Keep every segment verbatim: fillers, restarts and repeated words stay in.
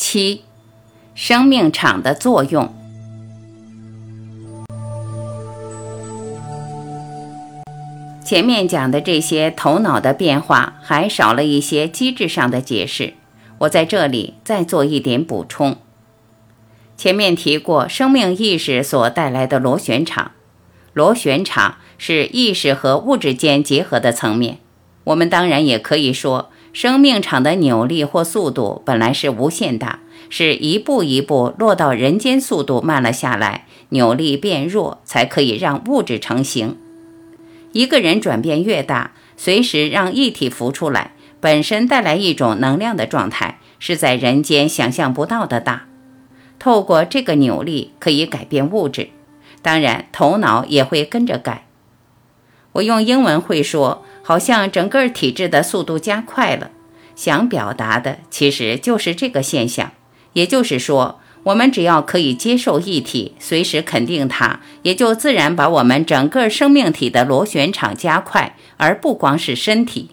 七、生命场的作用。前面讲的这些头脑的变化还少了一些机制上的解释，我在这里再做一点补充。前面提过生命意识所带来的螺旋场，螺旋场是意识和物质间结合的层面。我们当然也可以说，生命场的扭力或速度本来是无限大，是一步一步落到人间速度慢了下来，扭力变弱，才可以让物质成型。一个人转变越大，随时让液体浮出来，本身带来一种能量的状态，是在人间想象不到的大。透过这个扭力可以改变物质，当然头脑也会跟着改。我用英文会说，好像整个体质的速度加快了，想表达的其实就是这个现象。也就是说，我们只要可以接受液体，随时肯定它，也就自然把我们整个生命体的螺旋场加快，而不光是身体。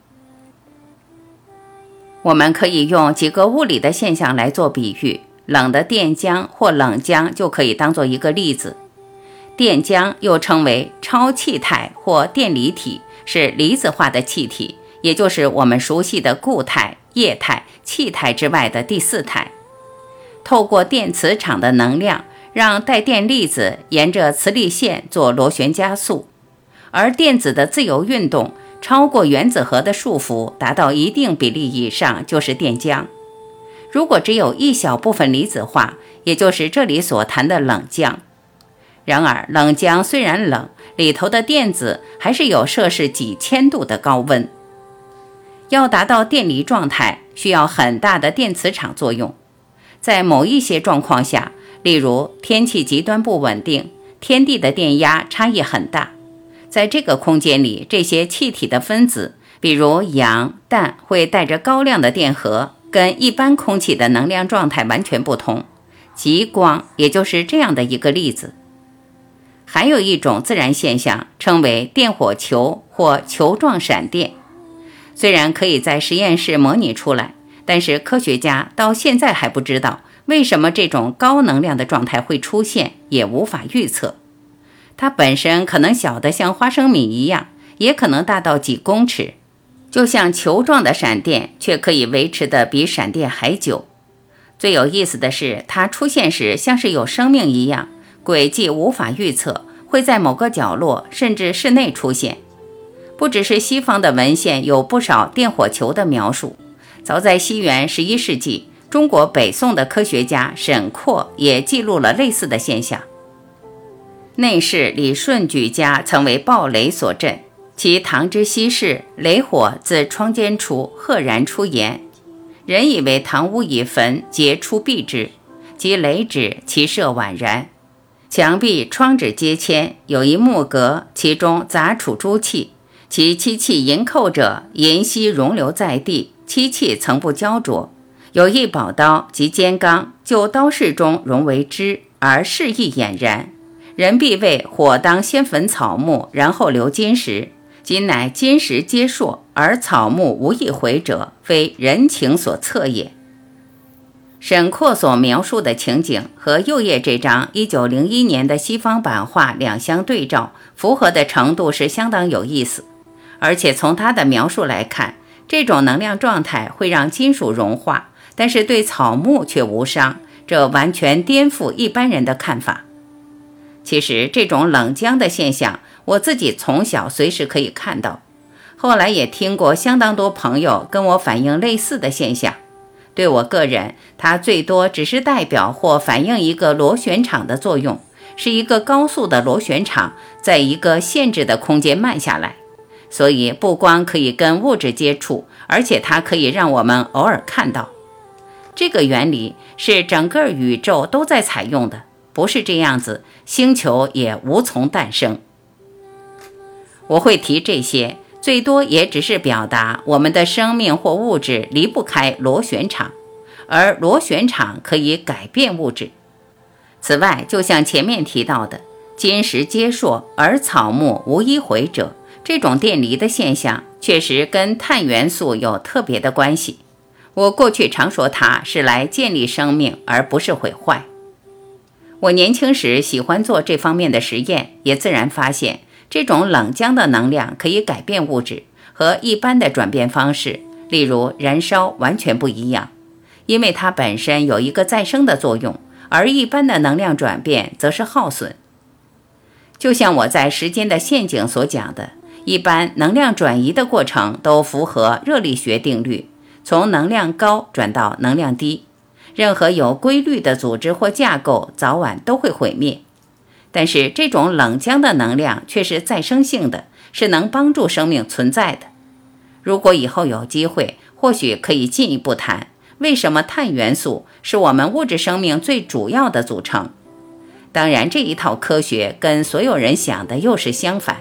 我们可以用几个物理的现象来做比喻，冷的电浆或冷浆就可以当做一个例子。电浆又称为超气态或电离体，是离子化的气体，也就是我们熟悉的固态、液态、气态之外的第四态。透过电磁场的能量，让带电粒子沿着磁力线做螺旋加速，而电子的自由运动超过原子核的束缚，达到一定比例以上就是电浆。如果只有一小部分离子化，也就是这里所谈的冷浆。然而冷浆虽然冷，里头的电子还是有摄氏几千度的高温。要达到电离状态，需要很大的电磁场作用。在某一些状况下，例如天气极端不稳定，天地的电压差异很大，在这个空间里，这些气体的分子，比如氧、氮，会带着高量的电荷，跟一般空气的能量状态完全不同。极光也就是这样的一个例子。还有一种自然现象称为电火球或球状闪电，虽然可以在实验室模拟出来，但是科学家到现在还不知道为什么这种高能量的状态会出现，也无法预测。它本身可能小得像花生米一样，也可能大到几公尺，就像球状的闪电，却可以维持得比闪电还久。最有意思的是，它出现时像是有生命一样，轨迹无法预测，会在某个角落甚至室内出现。不只是西方的文献有不少电火球的描述，早在西元十一世纪，中国北宋的科学家沈括也记录了类似的现象。内侍李顺举家曾为暴雷所震，其堂之西室，雷火自窗间出，赫然出檐。人以为堂屋已焚，皆出避之，及雷止，其舍宛然。墙壁窗纸皆铅，有一木格，其中杂处诸器，其漆器银扣者，银锡溶流在地，漆器曾不焦灼。有一宝刀及尖钢，就刀室中融为汁，而示意俨然。人必谓火当先焚草木，然后留金石，今乃金石皆烁，而草木无一毁者，非人情所测也。沈括所描述的情景和右页这张一九零一年的西方版画两相对照，符合的程度是相当有意思。而且从他的描述来看，这种能量状态会让金属融化，但是对草木却无伤，这完全颠覆一般人的看法。其实这种冷浆的现象，我自己从小随时可以看到，后来也听过相当多朋友跟我反映类似的现象。对我个人，它最多只是代表或反映一个螺旋场的作用，是一个高速的螺旋场在一个限制的空间慢下来，所以不光可以跟物质接触，而且它可以让我们偶尔看到。这个原理是整个宇宙都在采用的，不是这样子，星球也无从诞生。我会提这些，最多也只是表达我们的生命或物质离不开螺旋场，而螺旋场可以改变物质。此外，就像前面提到的金石皆烁而草木无一毁者，这种电离的现象确实跟碳元素有特别的关系。 我过去常说它是来建立生命，而不是毁坏。我年轻时喜欢做这方面的实验，也自然发现这种冷浆的能量可以改变物质，和一般的转变方式，例如燃烧完全不一样，因为它本身有一个再生的作用，而一般的能量转变则是耗损。就像我在时间的陷阱所讲的，一般能量转移的过程都符合热力学定律，从能量高转到能量低，任何有规律的组织或架构早晚都会毁灭。但是这种冷浆的能量却是再生性的，是能帮助生命存在的。如果以后有机会，或许可以进一步谈为什么碳元素是我们物质生命最主要的组成。当然，这一套科学跟所有人想的又是相反。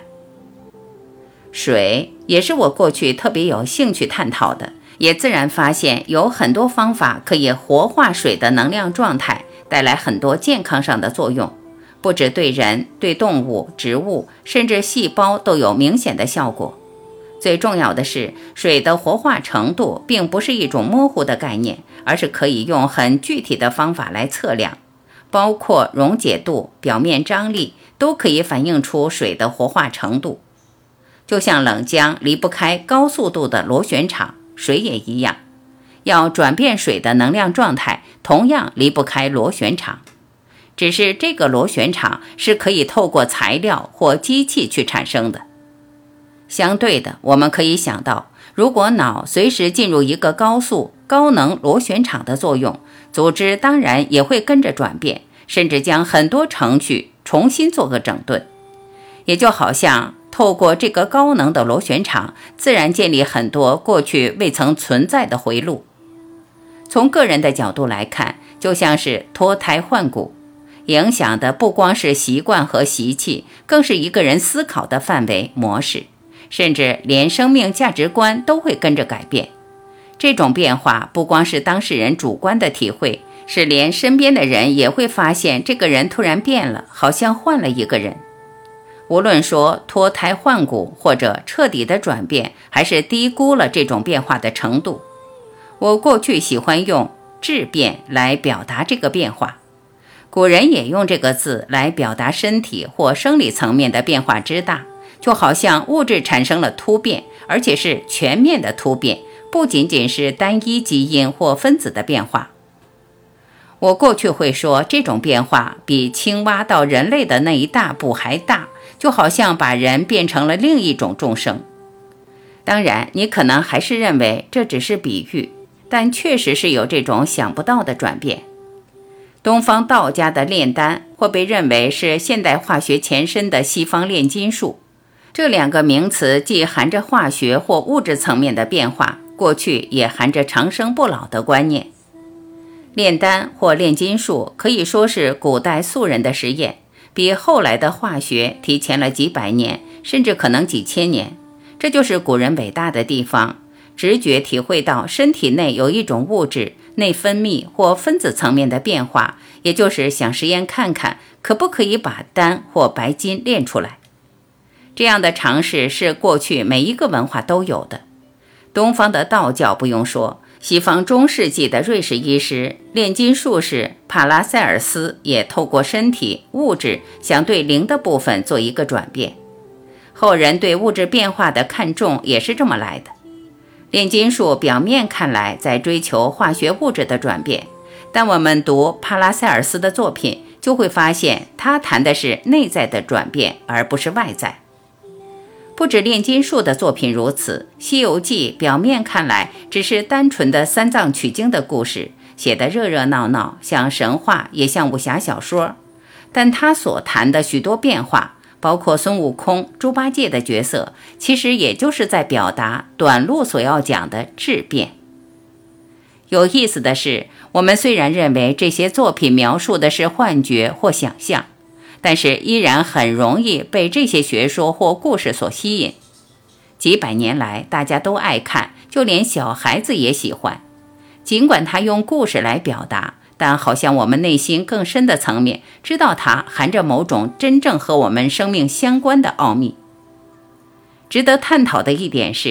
水也是我过去特别有兴趣探讨的，也自然发现有很多方法可以活化水的能量状态，带来很多健康上的作用，不只对人、对动物、植物，甚至细胞都有明显的效果。最重要的是，水的活化程度并不是一种模糊的概念，而是可以用很具体的方法来测量，包括溶解度、表面张力，都可以反映出水的活化程度。就像冷浆离不开高速度的螺旋场，水也一样，要转变水的能量状态，同样离不开螺旋场。只是这个螺旋场是可以透过材料或机器去产生的。相对的，我们可以想到，如果脑随时进入一个高速、高能螺旋场的作用，组织当然也会跟着转变，甚至将很多程序重新做个整顿。也就好像透过这个高能的螺旋场，自然建立很多过去未曾存在的回路。从个人的角度来看，就像是脱胎换骨，影响的不光是习惯和习气，更是一个人思考的范围模式，甚至连生命价值观都会跟着改变。这种变化不光是当事人主观的体会，是连身边的人也会发现这个人突然变了，好像换了一个人。无论说脱胎换骨，或者彻底的转变，还是低估了这种变化的程度。我过去喜欢用质变来表达这个变化，古人也用这个字来表达身体或生理层面的变化之大，就好像物质产生了突变，而且是全面的突变，不仅仅是单一基因或分子的变化。我过去会说，这种变化比青蛙到人类的那一大步还大，就好像把人变成了另一种众生。当然，你可能还是认为这只是比喻，但确实是有这种想不到的转变。东方道家的炼丹或被认为是现代化学前身的西方炼金术，这两个名词既含着化学或物质层面的变化，过去也含着长生不老的观念。炼丹或炼金术可以说是古代素人的实验，比后来的化学提前了几百年，甚至可能几千年。这就是古人伟大的地方，直觉体会到身体内有一种物质内分泌或分子层面的变化，也就是想实验看看可不可以把丹或白金炼出来。这样的尝试是过去每一个文化都有的。东方的道教不用说，西方中世纪的瑞士医师、炼金术士帕拉塞尔斯也透过身体物质想对灵的部分做一个转变。后人对物质变化的看重也是这么来的。炼金术表面看来在追求化学物质的转变，但我们读帕拉塞尔斯的作品，就会发现他谈的是内在的转变，而不是外在。不止炼金术的作品如此，《西游记》表面看来只是单纯的三藏取经的故事，写得热热闹闹，像神话也像武侠小说，但他所谈的许多变化，包括孙悟空、猪八戒的角色，其实也就是在表达短路所要讲的质变。有意思的是，我们虽然认为这些作品描述的是幻觉或想象，但是依然很容易被这些学说或故事所吸引。几百年来大家都爱看，就连小孩子也喜欢。尽管他用故事来表达，但好像我们内心更深的层面知道它含着某种真正和我们生命相关的奥秘。值得探讨的一点是，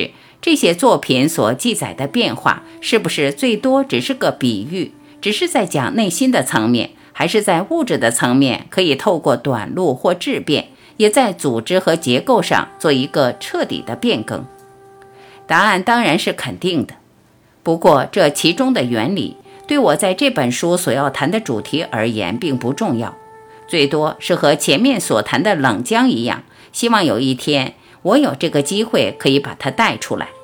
这些作品所记载的变化，是不是最多只是个比喻，只是在讲内心的层面，还是在物质的层面可以透过短路或质变，也在组织和结构上做一个彻底的变更？答案当然是肯定的。不过这其中的原理，对我在这本书所要谈的主题而言并不重要，最多是和前面所谈的冷浆一样，希望有一天我有这个机会可以把它带出来。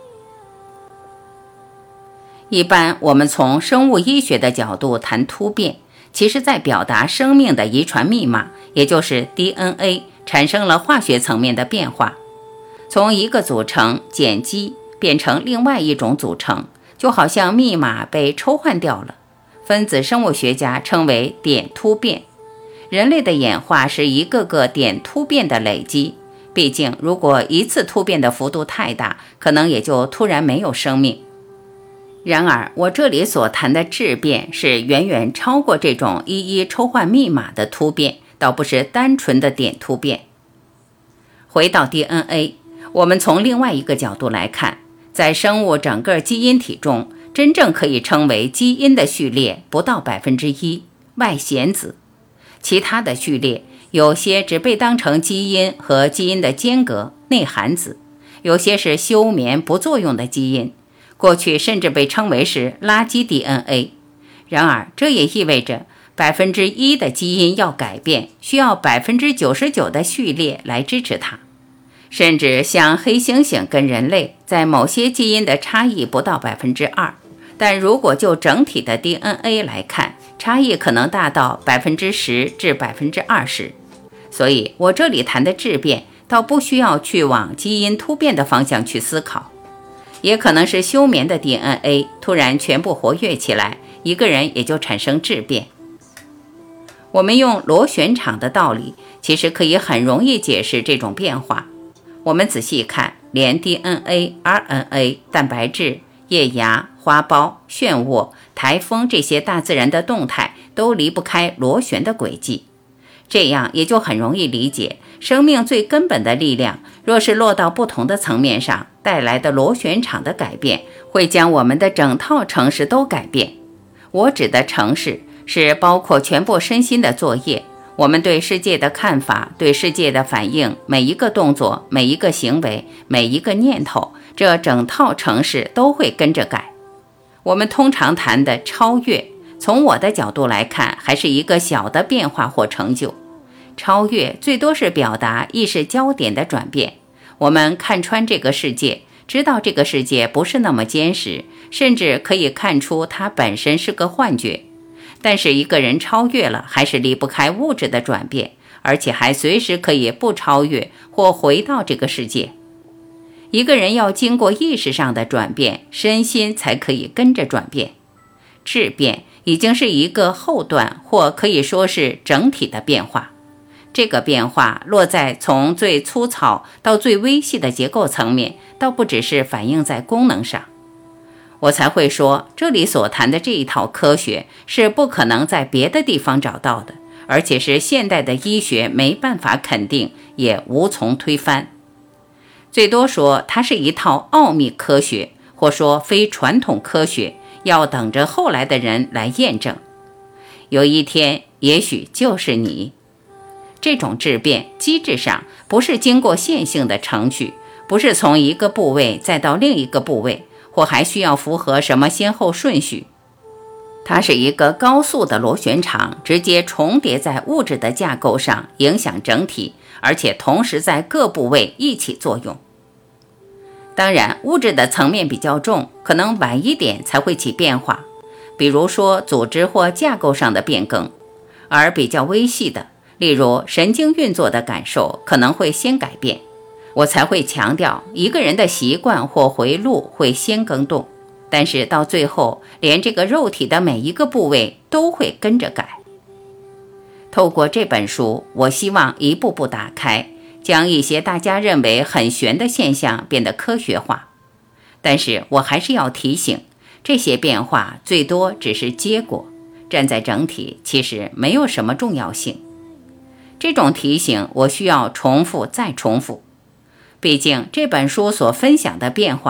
一般我们从生物医学的角度谈突变，其实在表达生命的遗传密码，也就是 D N A 产生了化学层面的变化，从一个组成碱基变成另外一种组成，就好像密码被抽换掉了，分子生物学家称为点突变。人类的演化是一个个点突变的累积，毕竟如果一次突变的幅度太大，可能也就突然没有生命。然而我这里所谈的质变是远远超过这种一一抽换密码的突变，倒不是单纯的点突变。回到 D N A， 我们从另外一个角度来看，在生物整个基因体中，真正可以称为基因的序列不到百分之一，外显子。其他的序列有些只被当成基因和基因的间隔内含子，有些是休眠不作用的基因，过去甚至被称为是垃圾 D N A。 然而这也意味着百分之一的基因要改变，需要百分之九十九的序列来支持它。甚至像黑猩猩跟人类在某些基因的差异不到百分之二，但如果就整体的 D N A 来看，差异可能大到百分之十至百分之二十。所以我这里谈的质变，倒不需要去往基因突变的方向去思考，也可能是休眠的 D N A 突然全部活跃起来，一个人也就产生质变。我们用螺旋场的道理，其实可以很容易解释这种变化。我们仔细看，连 D N A、R N A、蛋白质、叶芽、花苞、漩涡、台风这些大自然的动态都离不开螺旋的轨迹。这样也就很容易理解，生命最根本的力量，若是落到不同的层面上，带来的螺旋场的改变，会将我们的整套城市都改变。我指的城市，是包括全部身心的作业，我们对世界的看法，对世界的反应，每一个动作，每一个行为，每一个念头，这整套程式都会跟着改。我们通常谈的超越，从我的角度来看，还是一个小的变化或成就。超越最多是表达意识焦点的转变，我们看穿这个世界，知道这个世界不是那么坚实，甚至可以看出它本身是个幻觉。但是一个人超越了，还是离不开物质的转变，而且还随时可以不超越或回到这个世界。一个人要经过意识上的转变，身心才可以跟着转变。质变已经是一个后段，或可以说是整体的变化。这个变化落在从最粗糙到最微细的结构层面，倒不只是反映在功能上。我才会说，这里所谈的这一套科学是不可能在别的地方找到的，而且是现代的医学没办法肯定，也无从推翻。最多说它是一套奥秘科学，或说非传统科学，要等着后来的人来验证。有一天，也许就是你。这种质变机制上不是经过线性的程序，不是从一个部位再到另一个部位，或还需要符合什么先后顺序。它是一个高速的螺旋场，直接重叠在物质的架构上，影响整体，而且同时在各部位一起作用。当然，物质的层面比较重，可能晚一点才会起变化，比如说组织或架构上的变更，而比较微细的，例如神经运作的感受，可能会先改变。我才会强调一个人的习惯或回路会先更动，但是到最后，连这个肉体的每一个部位都会跟着改。透过这本书，我希望一步步打开，将一些大家认为很玄的现象变得科学化。但是我还是要提醒，这些变化最多只是结果，站在整体其实没有什么重要性。这种提醒我需要重复再重复。毕竟这本书所分享的变化，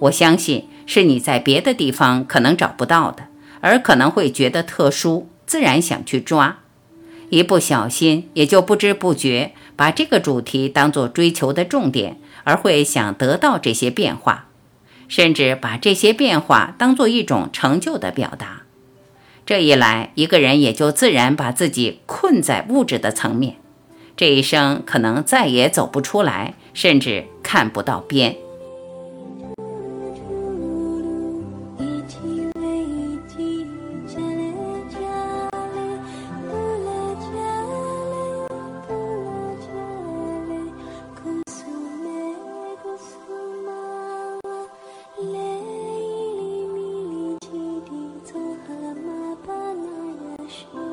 我相信是你在别的地方可能找不到的，而可能会觉得特殊，自然想去抓。一不小心也就不知不觉把这个主题当作追求的重点，而会想得到这些变化，甚至把这些变化当作一种成就的表达。这一来，一个人也就自然把自己困在物质的层面，这一生可能再也走不出来，甚至看不到边。 说